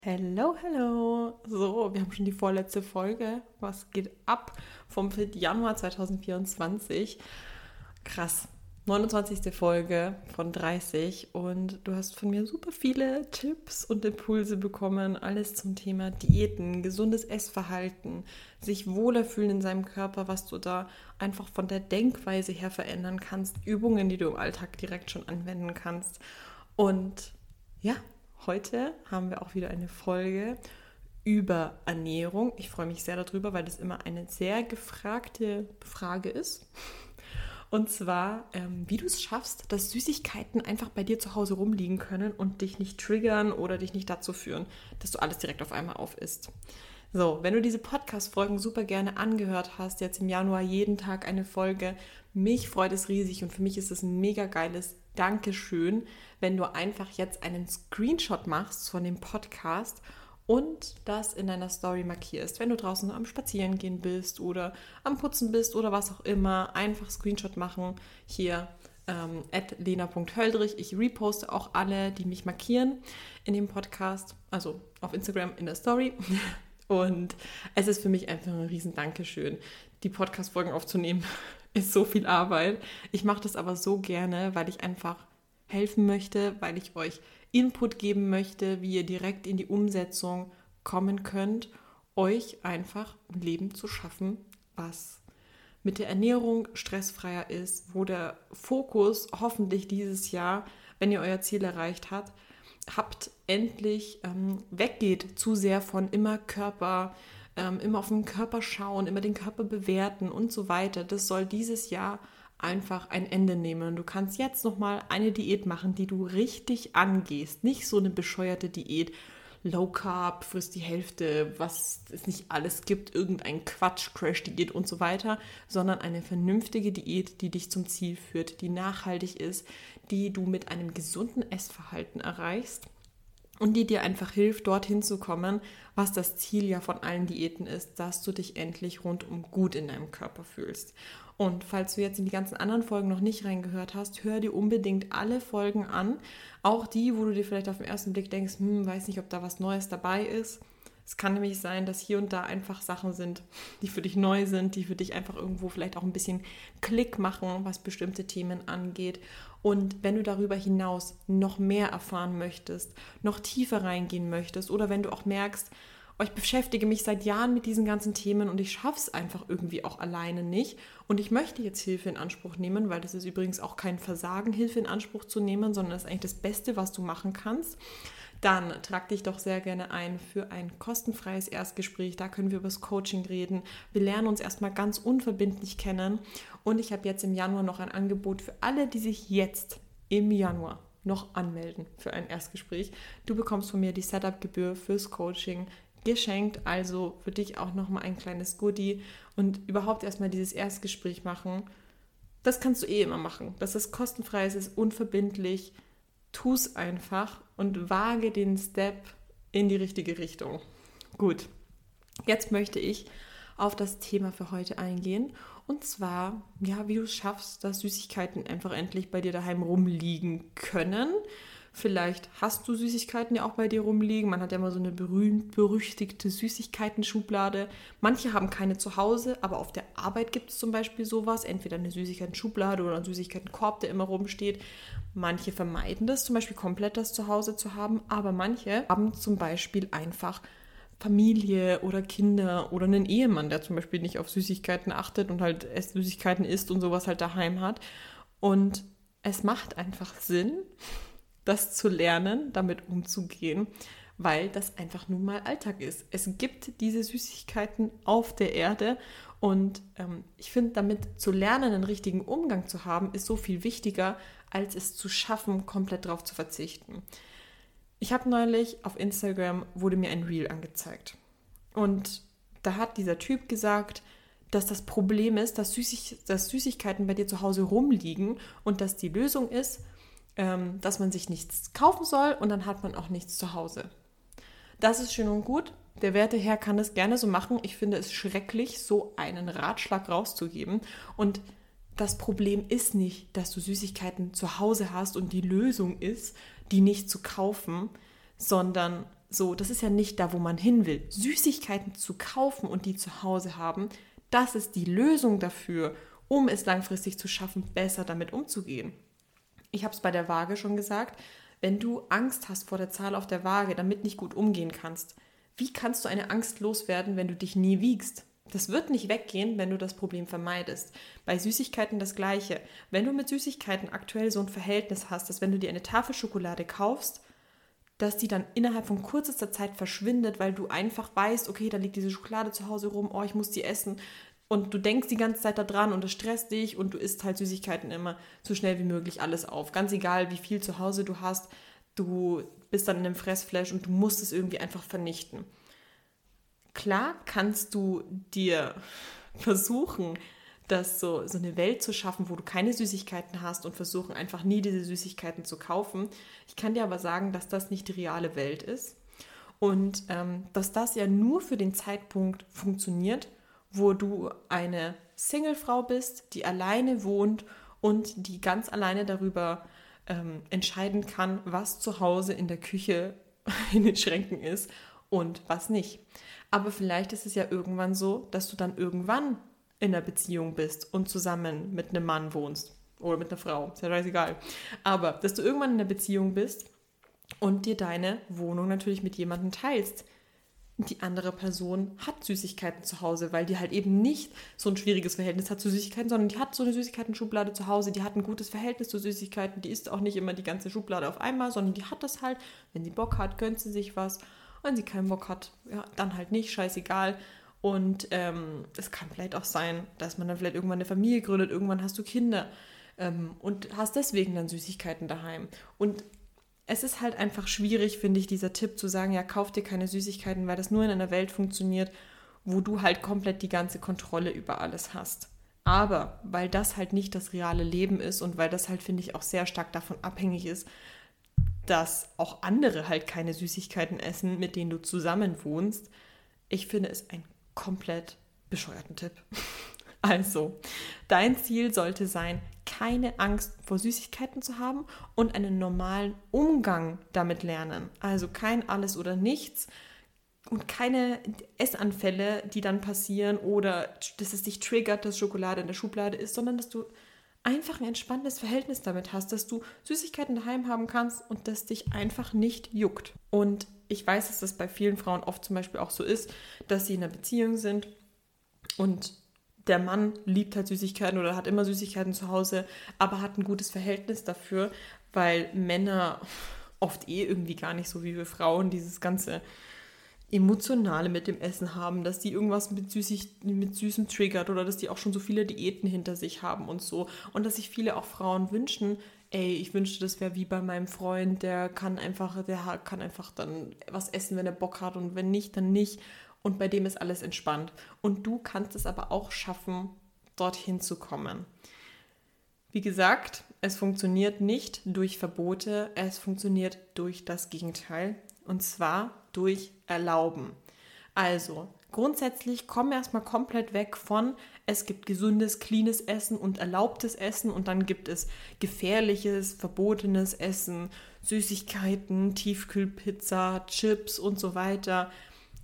Hello, hello. So, wir haben schon die vorletzte Folge. Was geht ab vom 4. Januar 2024? Krass. 29. Folge von 30 und du hast von mir super viele Tipps und Impulse bekommen. Alles zum Thema Diäten, gesundes Essverhalten, sich wohler fühlen in seinem Körper, was du da einfach von der Denkweise her verändern kannst, Übungen, die du im Alltag direkt schon anwenden kannst. Und ja, heute haben wir auch wieder eine Folge über Ernährung. Ich freue mich sehr darüber, weil das immer eine sehr gefragte Frage ist. Und zwar, wie du es schaffst, dass Süßigkeiten einfach bei dir zu Hause rumliegen können und dich nicht triggern oder dich nicht dazu führen, dass du alles direkt auf einmal aufisst. So, wenn du diese Podcast-Folgen super gerne angehört hast, jetzt im Januar jeden Tag eine Folge, mich freut es riesig und für mich ist es ein mega geiles Dankeschön, wenn du einfach jetzt einen Screenshot machst von dem Podcast und das in deiner Story markierst. Wenn du draußen am Spazierengehen bist oder am Putzen bist oder was auch immer, einfach Screenshot machen. Hier @lena.höldrich. Ich reposte auch alle, die mich markieren in dem Podcast, also auf Instagram in der Story. Und es ist für mich einfach ein riesen Dankeschön. Die Podcast-Folgen aufzunehmen ist so viel Arbeit. Ich mache das aber so gerne, weil ich einfach helfen möchte, weil ich euch Input geben möchte, wie ihr direkt in die Umsetzung kommen könnt, euch einfach ein Leben zu schaffen, was mit der Ernährung stressfreier ist, wo der Fokus hoffentlich dieses Jahr, wenn ihr euer Ziel erreicht habt, endlich weggeht zu sehr von immer immer auf den Körper schauen, immer den Körper bewerten und so weiter. Das soll dieses Jahr einfach ein Ende nehmen. Du kannst jetzt nochmal eine Diät machen, die du richtig angehst. Nicht so eine bescheuerte Diät, Low Carb, frisst die Hälfte, was es nicht alles gibt, irgendein Quatsch, Crash-Diät und so weiter, sondern eine vernünftige Diät, die dich zum Ziel führt, die nachhaltig ist, die du mit einem gesunden Essverhalten erreichst und die dir einfach hilft, dorthin zu kommen, was das Ziel ja von allen Diäten ist, dass du dich endlich rundum gut in deinem Körper fühlst. Und falls du jetzt in die ganzen anderen Folgen noch nicht reingehört hast, hör dir unbedingt alle Folgen an. Auch die, wo du dir vielleicht auf den ersten Blick denkst, weiß nicht, ob da was Neues dabei ist. Es kann nämlich sein, dass hier und da einfach Sachen sind, die für dich neu sind, die für dich einfach irgendwo vielleicht auch ein bisschen Klick machen, was bestimmte Themen angeht. Und wenn du darüber hinaus noch mehr erfahren möchtest, noch tiefer reingehen möchtest oder wenn du auch merkst, ich beschäftige mich seit Jahren mit diesen ganzen Themen und ich schaffe es einfach irgendwie auch alleine nicht. Und ich möchte jetzt Hilfe in Anspruch nehmen, weil das ist übrigens auch kein Versagen, Hilfe in Anspruch zu nehmen, sondern das ist eigentlich das Beste, was du machen kannst. Dann trag dich doch sehr gerne ein für ein kostenfreies Erstgespräch. Da können wir über das Coaching reden. Wir lernen uns erstmal ganz unverbindlich kennen. Und ich habe jetzt im Januar noch ein Angebot für alle, die sich jetzt im Januar noch anmelden für ein Erstgespräch. Du bekommst von mir die Setup-Gebühr fürs Coaching geschenkt, also für dich auch nochmal ein kleines Goodie und überhaupt erstmal dieses Erstgespräch machen. Das kannst du immer machen. Das ist kostenfrei, es ist unverbindlich. Tu es einfach und wage den Step in die richtige Richtung. Gut, jetzt möchte ich auf das Thema für heute eingehen. Und zwar, ja, wie du es schaffst, dass Süßigkeiten einfach endlich bei dir daheim rumliegen können. Vielleicht hast du Süßigkeiten ja auch bei dir rumliegen. Man hat ja immer so eine berühmt-berüchtigte Süßigkeiten-Schublade. Manche haben keine zu Hause, aber auf der Arbeit gibt es zum Beispiel sowas. Entweder eine Süßigkeiten-Schublade oder einen Süßigkeiten-Korb, der immer rumsteht. Manche vermeiden das, zum Beispiel komplett das zu Hause zu haben. Aber manche haben zum Beispiel einfach Familie oder Kinder oder einen Ehemann, der zum Beispiel nicht auf Süßigkeiten achtet und halt Süßigkeiten isst und sowas halt daheim hat. Und es macht einfach Sinn, das zu lernen, damit umzugehen, weil das einfach nun mal Alltag ist. Es gibt diese Süßigkeiten auf der Erde und ich finde, damit zu lernen, einen richtigen Umgang zu haben, ist so viel wichtiger, als es zu schaffen, komplett drauf zu verzichten. Ich habe neulich auf Instagram, wurde mir ein Reel angezeigt und da hat dieser Typ gesagt, dass das Problem ist, dass Süßigkeiten bei dir zu Hause rumliegen und dass die Lösung ist, dass man sich nichts kaufen soll und dann hat man auch nichts zu Hause. Das ist schön und gut. Der Werteherr kann es gerne so machen. Ich finde es schrecklich, so einen Ratschlag rauszugeben. Und das Problem ist nicht, dass du Süßigkeiten zu Hause hast und die Lösung ist, die nicht zu kaufen, sondern So, das ist ja nicht da, wo man hin will. Süßigkeiten zu kaufen und die zu Hause haben, das ist die Lösung dafür, um es langfristig zu schaffen, besser damit umzugehen. Ich habe es bei der Waage schon gesagt, wenn du Angst hast vor der Zahl auf der Waage, damit nicht gut umgehen kannst, wie kannst du eine Angst loswerden, wenn du dich nie wiegst? Das wird nicht weggehen, wenn du das Problem vermeidest. Bei Süßigkeiten das Gleiche. Wenn du mit Süßigkeiten aktuell so ein Verhältnis hast, dass wenn du dir eine Tafel Schokolade kaufst, dass die dann innerhalb von kürzester Zeit verschwindet, weil du einfach weißt, okay, da liegt diese Schokolade zu Hause rum, oh, ich muss die essen. Und du denkst die ganze Zeit da dran und das stresst dich und du isst halt Süßigkeiten immer so schnell wie möglich alles auf. Ganz egal, wie viel zu Hause du hast, du bist dann in einem Fressflash und du musst es irgendwie einfach vernichten. Klar kannst du dir versuchen, so eine Welt zu schaffen, wo du keine Süßigkeiten hast und versuchen einfach nie diese Süßigkeiten zu kaufen. Ich kann dir aber sagen, dass das nicht die reale Welt ist und dass das ja nur für den Zeitpunkt funktioniert, wo du eine Singlefrau bist, die alleine wohnt und die ganz alleine darüber entscheiden kann, was zu Hause in der Küche in den Schränken ist und was nicht. Aber vielleicht ist es ja irgendwann so, dass du dann irgendwann in einer Beziehung bist und zusammen mit einem Mann wohnst oder mit einer Frau, ist ja scheißegal. Aber dass du irgendwann in einer Beziehung bist und dir deine Wohnung natürlich mit jemandem teilst. Die andere Person hat Süßigkeiten zu Hause, weil die halt eben nicht so ein schwieriges Verhältnis hat zu Süßigkeiten, sondern die hat so eine Süßigkeiten-Schublade zu Hause, die hat ein gutes Verhältnis zu Süßigkeiten, die isst auch nicht immer die ganze Schublade auf einmal, sondern die hat das halt, wenn sie Bock hat, gönnt sie sich was, wenn sie keinen Bock hat, ja, dann halt nicht, scheißegal. Und es kann vielleicht auch sein, dass man dann vielleicht irgendwann eine Familie gründet, irgendwann hast du Kinder und hast deswegen dann Süßigkeiten daheim. Und es ist halt einfach schwierig, finde ich, dieser Tipp zu sagen, ja, kauf dir keine Süßigkeiten, weil das nur in einer Welt funktioniert, wo du halt komplett die ganze Kontrolle über alles hast. Aber weil das halt nicht das reale Leben ist und weil das halt, finde ich, auch sehr stark davon abhängig ist, dass auch andere halt keine Süßigkeiten essen, mit denen du zusammen wohnst, ich finde es ein komplett bescheuerten Tipp. Also, dein Ziel sollte sein, keine Angst vor Süßigkeiten zu haben und einen normalen Umgang damit lernen. Also kein Alles oder Nichts und keine Essanfälle, die dann passieren oder dass es dich triggert, dass Schokolade in der Schublade ist, sondern dass du einfach ein entspanntes Verhältnis damit hast, dass du Süßigkeiten daheim haben kannst und das dich einfach nicht juckt. Und ich weiß, dass das bei vielen Frauen oft zum Beispiel auch so ist, dass sie in einer Beziehung sind und der Mann liebt halt Süßigkeiten oder hat immer Süßigkeiten zu Hause, aber hat ein gutes Verhältnis dafür, weil Männer oft irgendwie gar nicht so wie wir Frauen dieses ganze Emotionale mit dem Essen haben, dass die irgendwas mit Süßem triggert oder dass die auch schon so viele Diäten hinter sich haben und so. Und dass sich viele auch Frauen wünschen, ey, ich wünschte, das wäre wie bei meinem Freund, der kann einfach dann was essen, wenn er Bock hat und wenn nicht, dann nicht. Und bei dem ist alles entspannt. Und du kannst es aber auch schaffen, dorthin zu kommen. Wie gesagt, es funktioniert nicht durch Verbote, es funktioniert durch das Gegenteil. Und zwar durch Erlauben. Also, grundsätzlich komm erstmal komplett weg von, es gibt gesundes, cleanes Essen und erlaubtes Essen und dann gibt es gefährliches, verbotenes Essen, Süßigkeiten, Tiefkühlpizza, Chips und so weiter.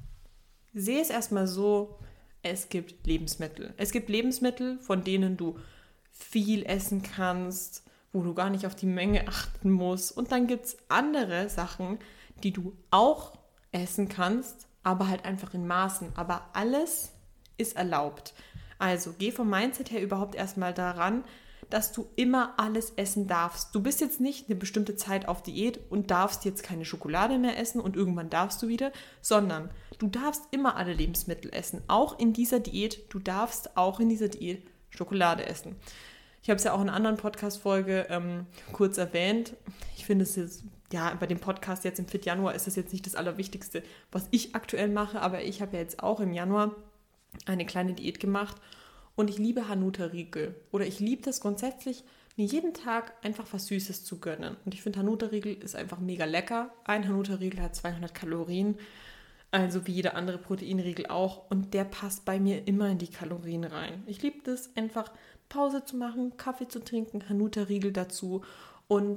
Sehe es erstmal so, es gibt Lebensmittel. Es gibt Lebensmittel, von denen du viel essen kannst, wo du gar nicht auf die Menge achten musst. Und dann gibt es andere Sachen, die du auch essen kannst, aber halt einfach in Maßen. Aber alles ist erlaubt. Also geh vom Mindset her überhaupt erstmal daran, dass du immer alles essen darfst. Du bist jetzt nicht eine bestimmte Zeit auf Diät und darfst jetzt keine Schokolade mehr essen und irgendwann darfst du wieder, sondern du darfst immer alle Lebensmittel essen. Auch in dieser Diät, du darfst auch in dieser Diät Schokolade essen. Ich habe es ja auch in einer anderen Podcast-Folge kurz erwähnt. Ich finde es jetzt, ja, bei dem Podcast jetzt im Fit Januar ist es jetzt nicht das Allerwichtigste, was ich aktuell mache, aber ich habe ja jetzt auch im Januar eine kleine Diät gemacht und ich liebe Hanuta-Riegel. Oder ich liebe das grundsätzlich, mir jeden Tag einfach was Süßes zu gönnen. Und ich finde, Hanuta-Riegel ist einfach mega lecker. Ein Hanuta-Riegel hat 200 Kalorien, also wie jeder andere Proteinriegel auch. Und der passt bei mir immer in die Kalorien rein. Ich liebe das, einfach Pause zu machen, Kaffee zu trinken, Hanuta-Riegel dazu und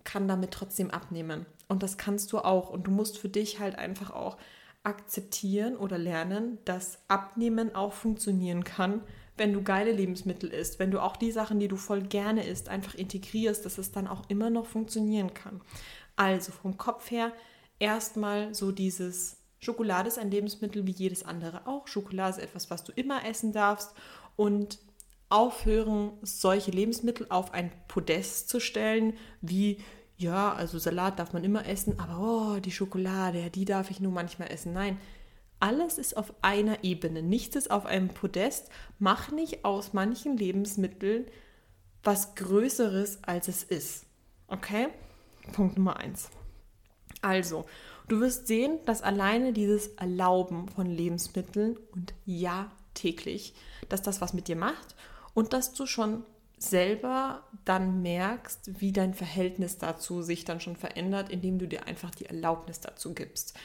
kann damit trotzdem abnehmen. Und das kannst du auch. Und du musst für dich halt einfach auch akzeptieren oder lernen, dass Abnehmen auch funktionieren kann, wenn du geile Lebensmittel isst, wenn du auch die Sachen, die du voll gerne isst, einfach integrierst, dass es dann auch immer noch funktionieren kann. Also vom Kopf her erstmal so dieses: Schokolade ist ein Lebensmittel wie jedes andere auch. Schokolade ist etwas, was du immer essen darfst, und aufhören, solche Lebensmittel auf ein Podest zu stellen, wie, ja, also Salat darf man immer essen, aber die Schokolade, ja, die darf ich nur manchmal essen. Nein, alles ist auf einer Ebene, nichts ist auf einem Podest. Mach nicht aus manchen Lebensmitteln was Größeres, als es ist. Okay? Punkt Nummer 1. Also, du wirst sehen, dass alleine dieses Erlauben von Lebensmitteln, und ja, täglich, dass das was mit dir macht und dass du schon selber dann merkst, wie dein Verhältnis dazu sich dann schon verändert, indem du dir einfach die Erlaubnis dazu gibst.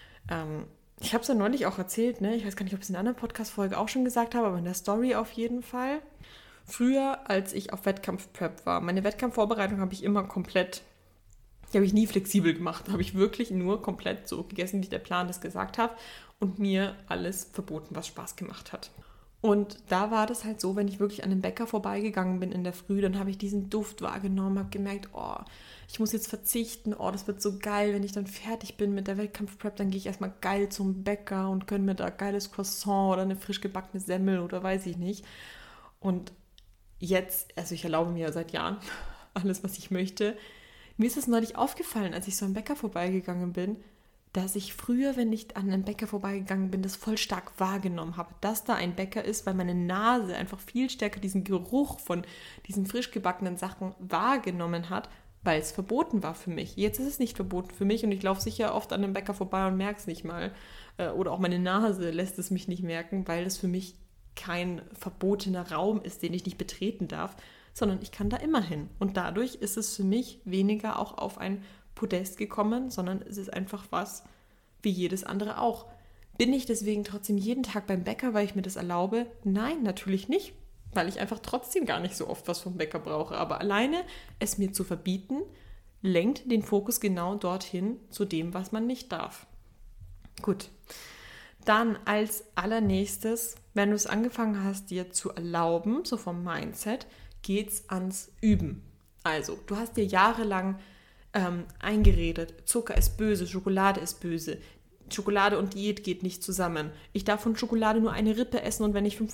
Ich habe es ja neulich auch erzählt, ne? Ich weiß gar nicht, ob ich es in einer anderen Podcast-Folge auch schon gesagt habe, aber in der Story auf jeden Fall. Früher, als ich auf Wettkampfprep war, meine Wettkampfvorbereitung habe ich immer komplett, die habe ich nie flexibel gemacht, habe ich wirklich nur komplett so gegessen, wie der Plan das gesagt hat, und mir alles verboten, was Spaß gemacht hat. Und da war das halt so, wenn ich wirklich an den Bäcker vorbeigegangen bin in der Früh, dann habe ich diesen Duft wahrgenommen, habe gemerkt, ich muss jetzt verzichten, das wird so geil, wenn ich dann fertig bin mit der Wettkampfprep, dann gehe ich erstmal geil zum Bäcker und gönne mir da geiles Croissant oder eine frisch gebackene Semmel oder weiß ich nicht. Und jetzt, also ich erlaube mir seit Jahren alles, was ich möchte. Mir ist es neulich aufgefallen, als ich so am Bäcker vorbeigegangen bin, dass ich früher, wenn ich an einem Bäcker vorbeigegangen bin, das voll stark wahrgenommen habe, dass da ein Bäcker ist, weil meine Nase einfach viel stärker diesen Geruch von diesen frisch gebackenen Sachen wahrgenommen hat, weil es verboten war für mich. Jetzt ist es nicht verboten für mich und ich laufe sicher oft an einem Bäcker vorbei und merke es nicht mal. Oder auch meine Nase lässt es mich nicht merken, weil es für mich kein verbotener Raum ist, den ich nicht betreten darf, sondern ich kann da immer hin. Und dadurch ist es für mich weniger auch auf ein Podest gekommen, sondern es ist einfach was wie jedes andere auch. Bin ich deswegen trotzdem jeden Tag beim Bäcker, weil ich mir das erlaube? Nein, natürlich nicht, weil ich einfach trotzdem gar nicht so oft was vom Bäcker brauche. Aber alleine es mir zu verbieten, lenkt den Fokus genau dorthin, zu dem, was man nicht darf. Gut, dann als allernächstes, wenn du es angefangen hast, dir zu erlauben, so vom Mindset, geht's ans Üben. Also, du hast dir jahrelang eingeredet, Zucker ist böse, Schokolade ist böse, Schokolade und Diät geht nicht zusammen. Ich darf von Schokolade nur eine Rippe essen und wenn ich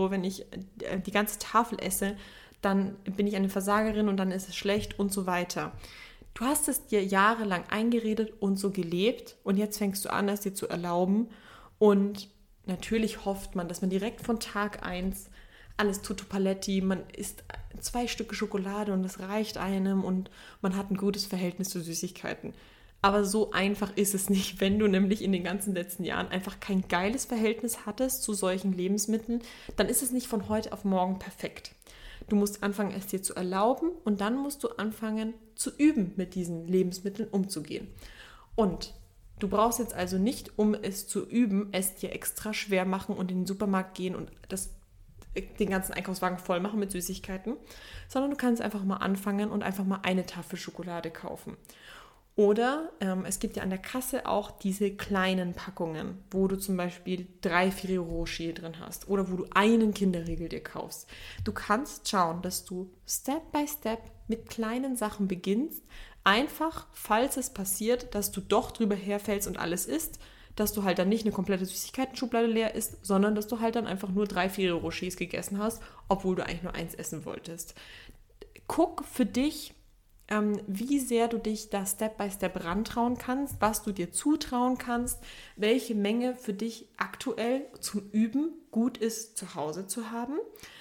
die ganze Tafel esse, dann bin ich eine Versagerin und dann ist es schlecht und so weiter. Du hast es dir jahrelang eingeredet und so gelebt und jetzt fängst du an, es dir zu erlauben, und natürlich hofft man, dass man direkt von Tag 1 alles Tutto Paletti, man isst 2 Stücke Schokolade und es reicht einem und man hat ein gutes Verhältnis zu Süßigkeiten. Aber so einfach ist es nicht, wenn du nämlich in den ganzen letzten Jahren einfach kein geiles Verhältnis hattest zu solchen Lebensmitteln, dann ist es nicht von heute auf morgen perfekt. Du musst anfangen, es dir zu erlauben und dann musst du anfangen zu üben, mit diesen Lebensmitteln umzugehen. Und du brauchst jetzt also nicht, um es zu üben, es dir extra schwer machen und in den Supermarkt gehen und den ganzen Einkaufswagen voll machen mit Süßigkeiten, sondern du kannst einfach mal anfangen und einfach mal eine Tafel Schokolade kaufen. Oder es gibt ja an der Kasse auch diese kleinen Packungen, wo du zum Beispiel 3 Ferrero Rocher drin hast oder wo du einen Kinderriegel dir kaufst. Du kannst schauen, dass du Step by Step mit kleinen Sachen beginnst, einfach, falls es passiert, dass du doch drüber herfällst und alles isst, dass du halt dann nicht eine komplette Süßigkeiten-Schublade leer isst, sondern dass du halt dann einfach nur 3 Ferrero Rochers gegessen hast, obwohl du eigentlich nur 1 essen wolltest. Guck für dich, wie sehr du dich da Step by Step rantrauen kannst, was du dir zutrauen kannst, welche Menge für dich aktuell zum Üben gut ist, zu Hause zu haben.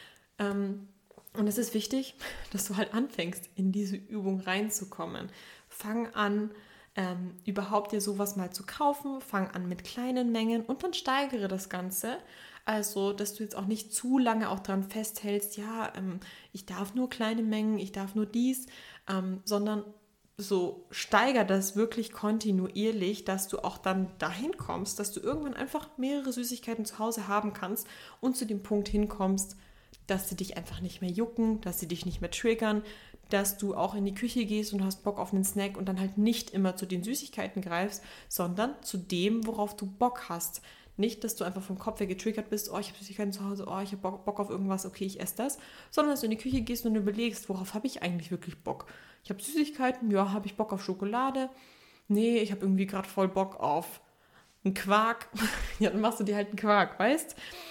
Und es ist wichtig, dass du halt anfängst, in diese Übung reinzukommen. Fang an, überhaupt dir sowas mal zu kaufen, fang an mit kleinen Mengen und dann steigere das Ganze. Also, dass du jetzt auch nicht zu lange auch dran festhältst, ich darf nur kleine Mengen, ich darf nur dies, sondern so steiger das wirklich kontinuierlich, dass du auch dann dahin kommst, dass du irgendwann einfach mehrere Süßigkeiten zu Hause haben kannst und zu dem Punkt hinkommst, dass sie dich einfach nicht mehr jucken, dass sie dich nicht mehr triggern, dass du auch in die Küche gehst und hast Bock auf einen Snack und dann halt nicht immer zu den Süßigkeiten greifst, sondern zu dem, worauf du Bock hast. Nicht, dass du einfach vom Kopf her getriggert bist, oh, ich habe Süßigkeiten zu Hause, oh, ich habe Bock auf irgendwas, okay, ich esse das, sondern dass du in die Küche gehst und überlegst, worauf habe ich eigentlich wirklich Bock? Ich habe Süßigkeiten, ja, habe ich Bock auf Schokolade? Nee, ich habe irgendwie gerade voll Bock auf einen Quark. Ja, dann machst du dir halt einen Quark, weißt?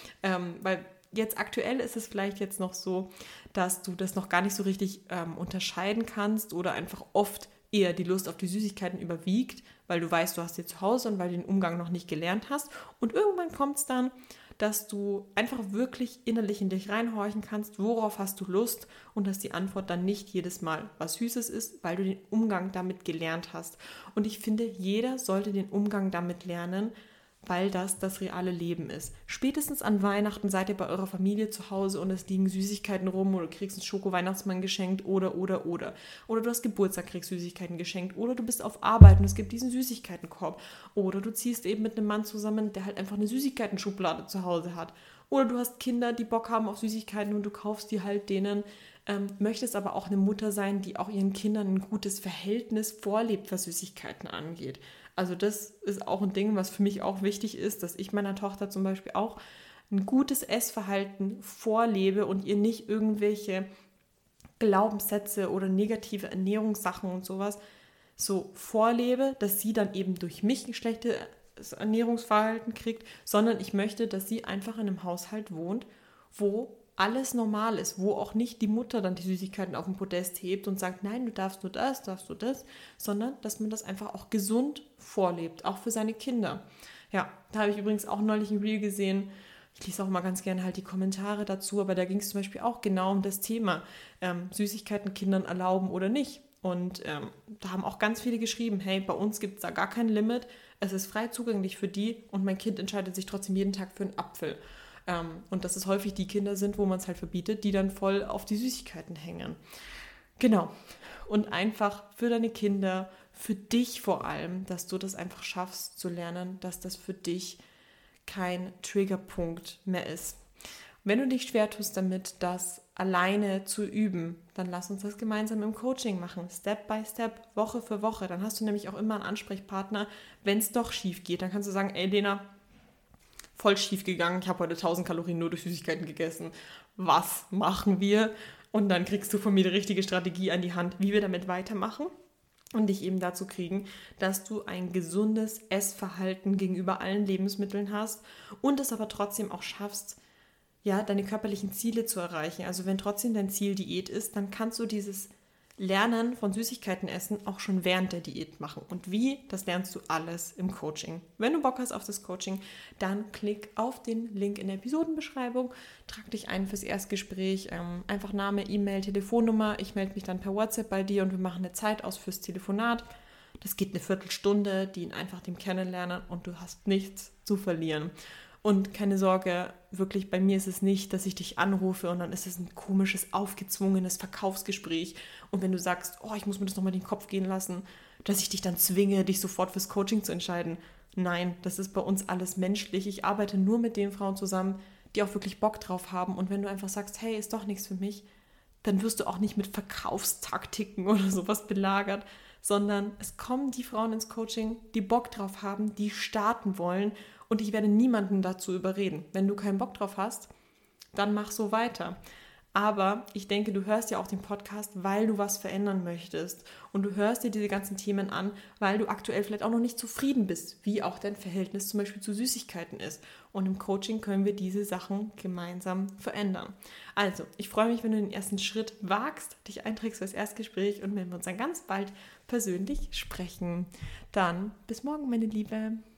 Weil jetzt aktuell ist es vielleicht jetzt noch so, dass du das noch gar nicht so richtig unterscheiden kannst oder einfach oft eher die Lust auf die Süßigkeiten überwiegt, weil du weißt, du hast sie zu Hause und weil du den Umgang noch nicht gelernt hast. Und irgendwann kommt es dann, dass du einfach wirklich innerlich in dich reinhorchen kannst, worauf hast du Lust und dass die Antwort dann nicht jedes Mal was Süßes ist, weil du den Umgang damit gelernt hast. Und ich finde, jeder sollte den Umgang damit lernen, weil das reale Leben ist. Spätestens an Weihnachten seid ihr bei eurer Familie zu Hause und es liegen Süßigkeiten rum oder du kriegst einen Schoko-Weihnachtsmann geschenkt oder. Oder du hast Geburtstag, kriegst Süßigkeiten geschenkt oder du bist auf Arbeit und es gibt diesen Süßigkeitenkorb. Oder du ziehst eben mit einem Mann zusammen, der halt einfach eine Süßigkeiten-Schublade zu Hause hat. Oder du hast Kinder, die Bock haben auf Süßigkeiten und du kaufst die halt denen. Möchtest aber auch eine Mutter sein, die auch ihren Kindern ein gutes Verhältnis vorlebt, was Süßigkeiten angeht. Also das ist auch ein Ding, was für mich auch wichtig ist, dass ich meiner Tochter zum Beispiel auch ein gutes Essverhalten vorlebe und ihr nicht irgendwelche Glaubenssätze oder negative Ernährungssachen und sowas so vorlebe, dass sie dann eben durch mich ein schlechtes Ernährungsverhalten kriegt, sondern ich möchte, dass sie einfach in einem Haushalt wohnt, wo alles normal ist, wo auch nicht die Mutter dann die Süßigkeiten auf den Podest hebt und sagt, nein, du darfst nur das, sondern dass man das einfach auch gesund vorlebt, auch für seine Kinder. Ja, da habe ich übrigens auch neulich ein Reel gesehen. Ich lese auch mal ganz gerne halt die Kommentare dazu, aber da ging es zum Beispiel auch genau um das Thema Süßigkeiten Kindern erlauben oder nicht. Und da haben auch ganz viele geschrieben, hey, bei uns gibt es da gar kein Limit, es ist frei zugänglich für die und mein Kind entscheidet sich trotzdem jeden Tag für einen Apfel. Und dass es häufig die Kinder sind, wo man es halt verbietet, die dann voll auf die Süßigkeiten hängen. Genau. Und einfach für deine Kinder, für dich vor allem, dass du das einfach schaffst zu lernen, dass das für dich kein Triggerpunkt mehr ist. Wenn du dich schwer tust damit, das alleine zu üben, dann lass uns das gemeinsam im Coaching machen, Step by Step, Woche für Woche. Dann hast du nämlich auch immer einen Ansprechpartner, wenn es doch schief geht. Dann kannst du sagen, ey Lena, voll schief gegangen, ich habe heute 1000 Kalorien nur durch Süßigkeiten gegessen. Was machen wir? Und dann kriegst du von mir die richtige Strategie an die Hand, wie wir damit weitermachen und dich eben dazu kriegen, dass du ein gesundes Essverhalten gegenüber allen Lebensmitteln hast und es aber trotzdem auch schaffst, ja, deine körperlichen Ziele zu erreichen. Also wenn trotzdem dein Ziel Diät ist, dann kannst du dieses Lernen von Süßigkeiten essen auch schon während der Diät machen. Und wie, das lernst du alles im Coaching. Wenn du Bock hast auf das Coaching, dann klick auf den Link in der Episodenbeschreibung, trag dich ein fürs Erstgespräch, einfach Name, E-Mail, Telefonnummer. Ich melde mich dann per WhatsApp bei dir und wir machen eine Zeit aus fürs Telefonat. Das geht eine Viertelstunde, dient einfach dem Kennenlernen und du hast nichts zu verlieren. Und keine Sorge, wirklich bei mir ist es nicht, dass ich dich anrufe und dann ist es ein komisches, aufgezwungenes Verkaufsgespräch. Und wenn du sagst, oh, ich muss mir das nochmal in den Kopf gehen lassen, dass ich dich dann zwinge, dich sofort fürs Coaching zu entscheiden. Nein, das ist bei uns alles menschlich. Ich arbeite nur mit den Frauen zusammen, die auch wirklich Bock drauf haben. Und wenn du einfach sagst, hey, ist doch nichts für mich, dann wirst du auch nicht mit Verkaufstaktiken oder sowas belagert, sondern es kommen die Frauen ins Coaching, die Bock drauf haben, die starten wollen. Und ich werde niemanden dazu überreden. Wenn du keinen Bock drauf hast, dann mach so weiter. Aber ich denke, du hörst ja auch den Podcast, weil du was verändern möchtest. Und du hörst dir diese ganzen Themen an, weil du aktuell vielleicht auch noch nicht zufrieden bist, wie auch dein Verhältnis zum Beispiel zu Süßigkeiten ist. Und im Coaching können wir diese Sachen gemeinsam verändern. Also, ich freue mich, wenn du den ersten Schritt wagst, dich einträgst für das Erstgespräch und wenn wir uns dann ganz bald persönlich sprechen. Dann bis morgen, meine Liebe.